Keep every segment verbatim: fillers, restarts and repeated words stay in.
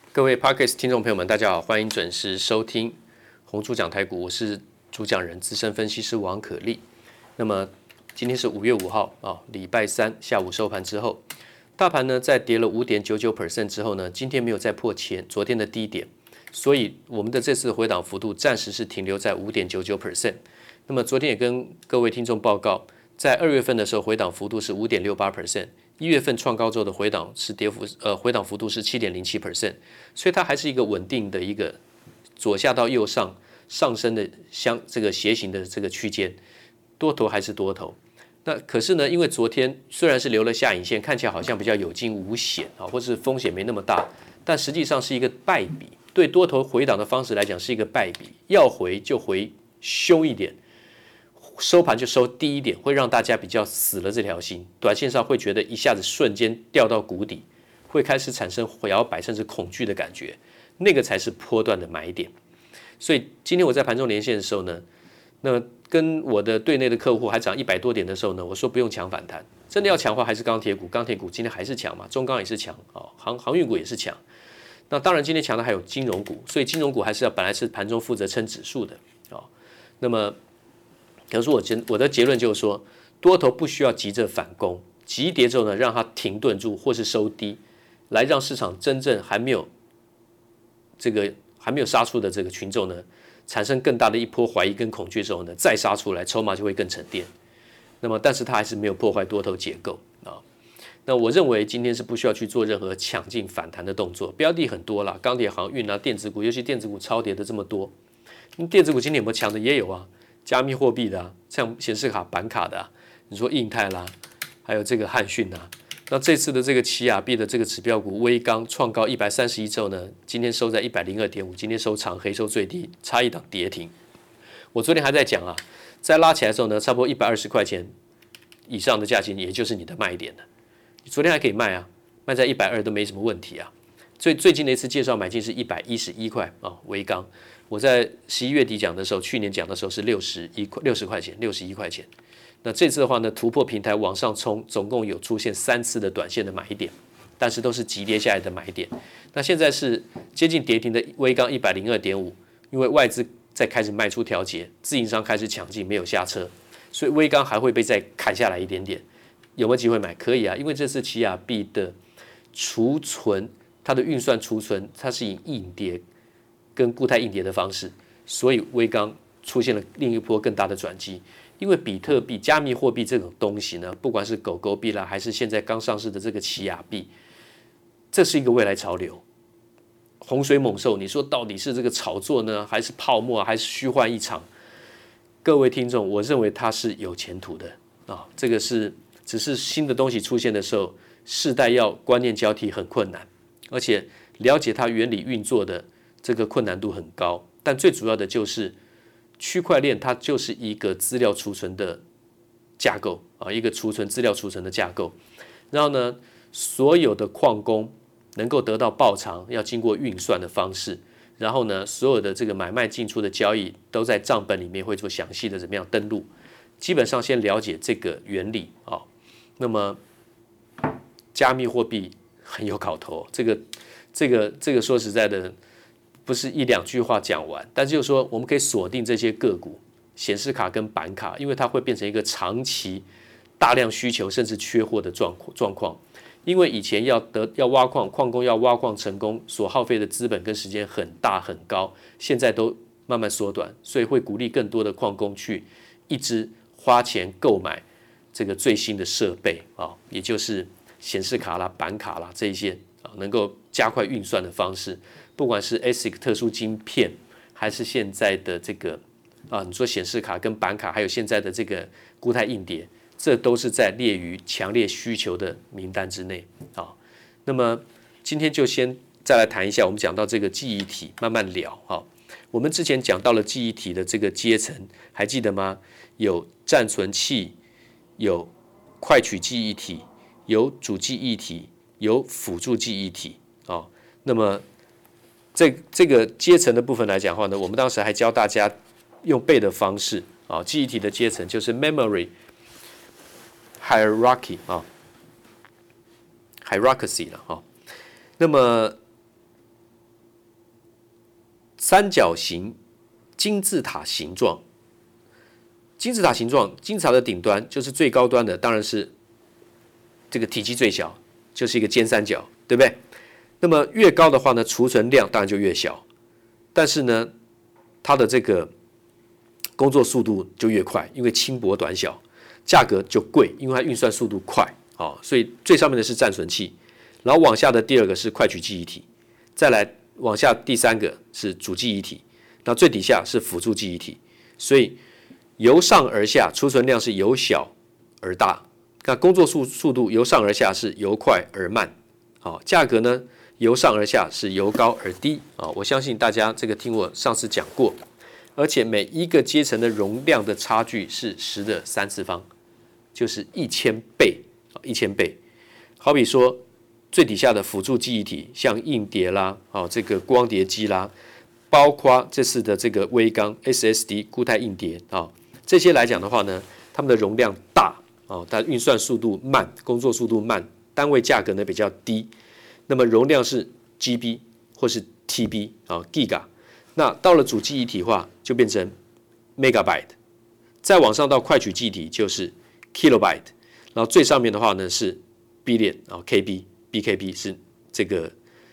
各位 Podcast 听众朋友们，大家好，欢迎准时收听红猪讲台股，我是主讲人资深分析师王可立。那么今天是五月五号啊，礼拜三下午收盘之后，大盘呢在跌了 百分之五点九九 之后呢，今天没有再破前昨天的低点，所以我们的这次回档幅度暂时是停留在 百分之五点九九。那么昨天也跟各位听众报告，在二月份的时候回档幅度是 百分之五点六八。一月份创高之后的回档是跌幅，呃，回档幅度是 百分之七点零七， 所以它还是一个稳定的一个左下到右上上升的相这个斜形的这个区间，多头还是多头。那可是呢，因为昨天虽然是留了下影线，看起来好像比较有惊无险啊，或是风险没那么大，但实际上是一个败笔。对多头回档的方式来讲是一个败笔，要回就回凶一点。收盘就收低一点，会让大家比较死了这条心，短线上会觉得一下子瞬间掉到谷底，会开始产生摇摆甚至恐惧的感觉，那个才是波段的买点。所以今天我在盘中连线的时候呢，那跟我的队内的客户还涨一百多点的时候呢，我说不用抢反弹，真的要强化还是钢铁股，钢铁股今天还是强嘛，中钢也是强，航航运股也是强。那当然今天强的还有金融股，所以金融股还是要本来是盘中负责撑指数的啊，那么。可是我我的结论就是说，多头不需要急着反攻，急跌之后呢，让它停顿住或是收低，来让市场真正还没有这个还没有杀出的这个群众呢，产生更大的一波怀疑跟恐惧之后呢，再杀出来，筹码就会更沉淀。那么，但是它还是没有破坏多头结构啊。那我认为今天是不需要去做任何抢进反弹的动作，标的很多啦，钢铁、航运啊，电子股，尤其电子股超跌的这么多，电子股今天有没有强的也有啊。加密货币的、啊，像显示卡、板卡的、啊，你说印泰啦，还有这个汉讯啊，那这次的这个奇亚币的这个指标股威刚创高一百三十一之后呢，今天收在 一百零二点五， 今天收长黑收最低，差一档跌停。我昨天还在讲啊，在拉起来的时候呢，差不多一百二十块钱以上的价钱，也就是你的卖点了。你昨天还可以卖啊，卖在一百二十都没什么问题啊。最最近的一次介绍买进是一百一十一块啊，威刚。我在十一月底讲的时候，去年讲的时候是六十一块六十块钱，六十一块钱。那这次的话呢，突破平台往上冲，总共有出现三次的短线的买点，但是都是急跌下来的买点。那现在是接近跌停的威刚一百零二点五，因为外资在开始卖出调节，自营商开始抢进，没有下车，所以威刚还会被再砍下来一点点。有没有机会买？可以啊，因为这次奇亚币的储存，它的运算储存，它是以硬碟跟固态硬碟的方式，所以威刚出现了另一波更大的转机。因为比特币、加密货币这种东西呢，不管是狗狗币啦，还是现在刚上市的这个奇亚币，这是一个未来潮流，洪水猛兽。你说到底是这个炒作呢，还是泡沫，还是虚幻一场？各位听众，我认为它是有前途的啊。这个是只是新的东西出现的时候，世代要观念交替很困难，而且了解它原理运作的。这个困难度很高，但最主要的就是区块链，它就是一个资料储存的架构啊，一个储存资料储存的架构。然后呢，所有的矿工能够得到报偿，要经过运算的方式。然后呢，所有的这个买卖进出的交易都在账本里面会做详细的怎么样登录。基本上先了解这个原理啊。那么加密货币很有搞头，这个这个这个说实在的。不是一两句话讲完，但是就是说，我们可以锁定这些个股，显示卡跟板卡，因为它会变成一个长期大量需求甚至缺货的状状况。因为以前要得要挖矿，矿工要挖矿成功，所耗费的资本跟时间很大很高，现在都慢慢缩短，所以会鼓励更多的矿工去一直花钱购买这个最新的设备啊，也就是显示卡啦、板卡啦这一些啊，能够加快运算的方式。不管是 A S I C 特殊晶片，还是现在的这个啊，你说显示卡跟板卡，还有现在的这个固态硬碟，这都是在列于强烈需求的名单之内啊。那么今天就先再来谈一下，我们讲到这个记忆体，慢慢聊啊。我们之前讲到了记忆体的这个阶层，还记得吗？有暂存器，有快取记忆体，有主记忆体，有辅助记忆体啊。那么这这个阶层的部分来讲的话呢，我们当时还教大家用背的方式啊，记忆体的阶层就是 memory hierarchy 啊 ，hierarchy 了哈。那么三角形金字塔形状。金字塔形状，金字塔的顶端就是最高端的，当然是这个体积最小，就是一个尖三角，对不对？那么越高的话呢，储存量当然就越小，但是呢，它的这个工作速度就越快，因为轻薄短小，价格就贵，因为它运算速度快，哦，所以最上面的是暂存器，然后往下的第二个是快取记忆体，再来往下第三个是主记忆体，那最底下是辅助记忆体，所以由上而下，储存量是由小而大，那工作速速度由上而下是由快而慢，好，价格呢由上而下是由高而低啊，我相信大家这个听我上次讲过，而且每一个阶层的容量的差距是十的三次方，就是一千倍啊，一千倍。好比说最底下的辅助记忆体，像硬碟啦，啊，这个光碟机啦，包括这次的这个微刚 S S D 固态硬碟啊。这些来讲的话呢，它们的容量大哦，但运算速度慢，工作速度慢，单位价格呢比较低。那么容量是 G B 或是 T B 啊 ，Giga。那到了主记忆体化就变成 Megabyte， 再往上到快取记忆体就是 Kilobyte， 然后最上面的话呢是 Billion 啊 K B，B K B 是这个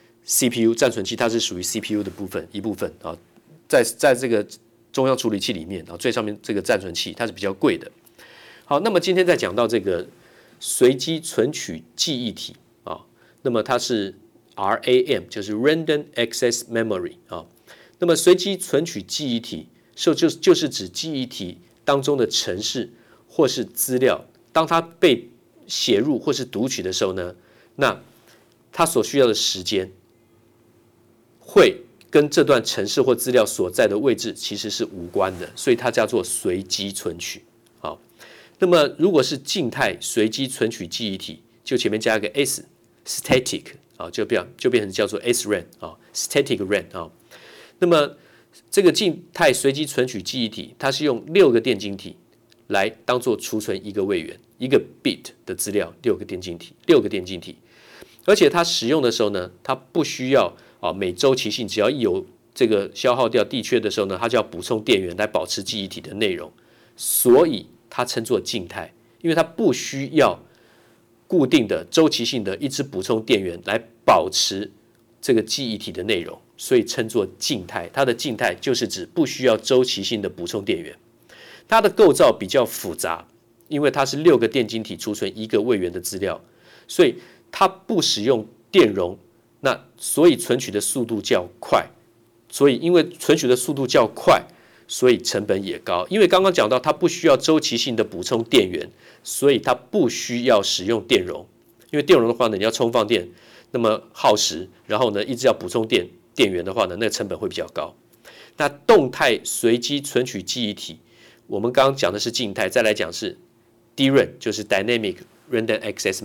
C P U 暂存器，它是属于 C P U 的部分一部分啊，在在这个中央处理器里面啊，最上面这个暂存器它是比较贵的。好，那么今天再讲到这个随机存取记忆体啊，那么它是 R A M， 就是 Random Access Memory 啊。那么随机存取记忆体，就就就是指记忆体当中的程式或是资料，当它被写入或是读取的时候呢，那它所需要的时间会跟这段程式或资料所在的位置其实是无关的，所以它叫做随机存取。好，那么如果是静态随机存取记忆体，就前面加一个 s，static 啊，就变就变成叫做 S RAM 啊 ，static RAM 啊。那么这个静态随机存取记忆体，它是用六个电晶体来当做储存一个位元，一个 bit 的资料，六个电晶体，六个电晶体，而且它使用的时候呢，它不需要啊每周期性，只要一有这个消耗掉地缺的时候呢，它就要补充电源来保持记忆体的内容，所以它称作静态，因为它不需要固定的周期性的一直补充电源来保持这个记忆体的内容，所以称作静态。它的静态就是指不需要周期性的补充电源。它的构造比较复杂，因为它是六个电晶体储存一个位元的资料，所以它不使用电容，那所以存取的速度较快。所以因为存取的速度较快，所以成本也高。因为刚刚讲到它不需要周期性的补充电源，所以它不需要使用电容。因为电容的话呢，你要充放电，那么耗时，然后呢一直要补充电电源的话呢，那个成本会比较高。那动态随机存取记忆体，我们刚刚讲的是静态，再来讲是 D RAM， 就是 Dynamic Random Access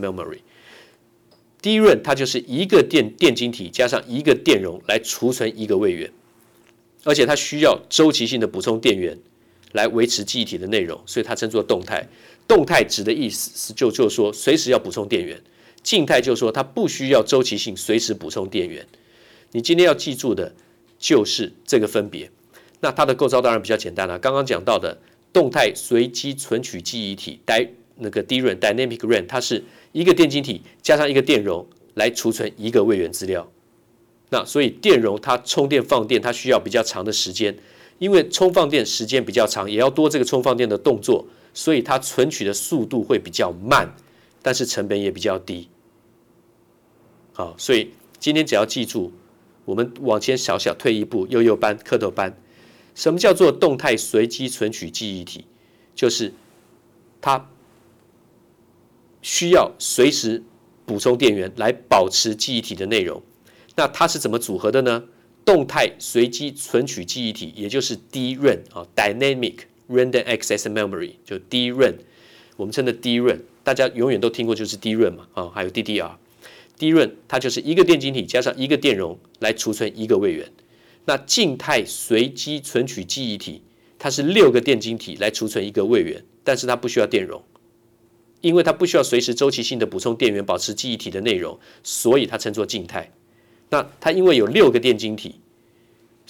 Memory。D RAM 它就是一个电电晶体加上一个电容来储存一个位元，而且它需要周期性的补充电源来维持记忆体的内容，所以它称作动态。动态指的意思是就就是说随时要补充电源，静态就是说它不需要周期性随时补充电源。你今天要记住的就是这个分别。那它的构造当然比较简单了，刚刚讲到的动态随机存取记忆体 ，D 那个 D RAM Dynamic RAM， 它是一个电晶体加上一个电容来储存一个位元资料。那所以电容它充电放电它需要比较长的时间，因为充放电时间比较长，也要多这个充放电的动作，所以它存取的速度会比较慢，但是成本也比较低。好，所以今天只要记住，我们往前小小退一步，幼幼班、课头班，什么叫做动态随机存取记忆体？就是它需要随时补充电源来保持记忆体的内容。那它是怎么组合的呢？动态随机存取记忆体，也就是 D RAM 啊 ，Dynamic Random Access Memory， 就 D RAM， 我们称的 D RAM， 大家永远都听过就是 D RAM 嘛，啊，还有 D D R。D RAM 它就是一个电晶体加上一个电容来储存一个位元。那静态随机存取记忆体，它是六个电晶体来储存一个位元，但是它不需要电容，因为它不需要随时周期性的补充电源保持记忆体的内容，所以它称作静态。那它因为有六个电晶体，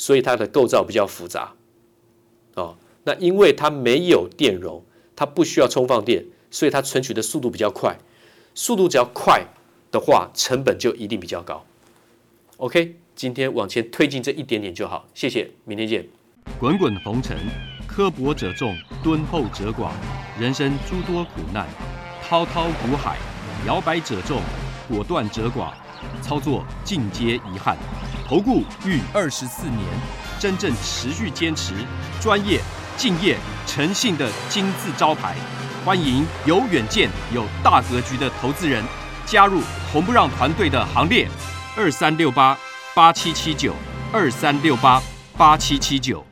所以它的构造比较复杂。哦，那因为它没有电容，它不需要充放电，所以它存取的速度比较快。速度只要快的话，成本就一定比较高。OK， 今天往前推进这一点点就好，谢谢，明天见。 滚滚红尘，刻薄者众，敦厚者寡；人生诸多苦难，滔滔苦海，摇摆者众，果断者寡。操作尽皆遗憾。投顾逾二十四年，真正持续坚持、专业、敬业、诚信的金字招牌。欢迎有远见、有大格局的投资人加入红不让团队的行列。二三六八八七七九，二三六八八七七九。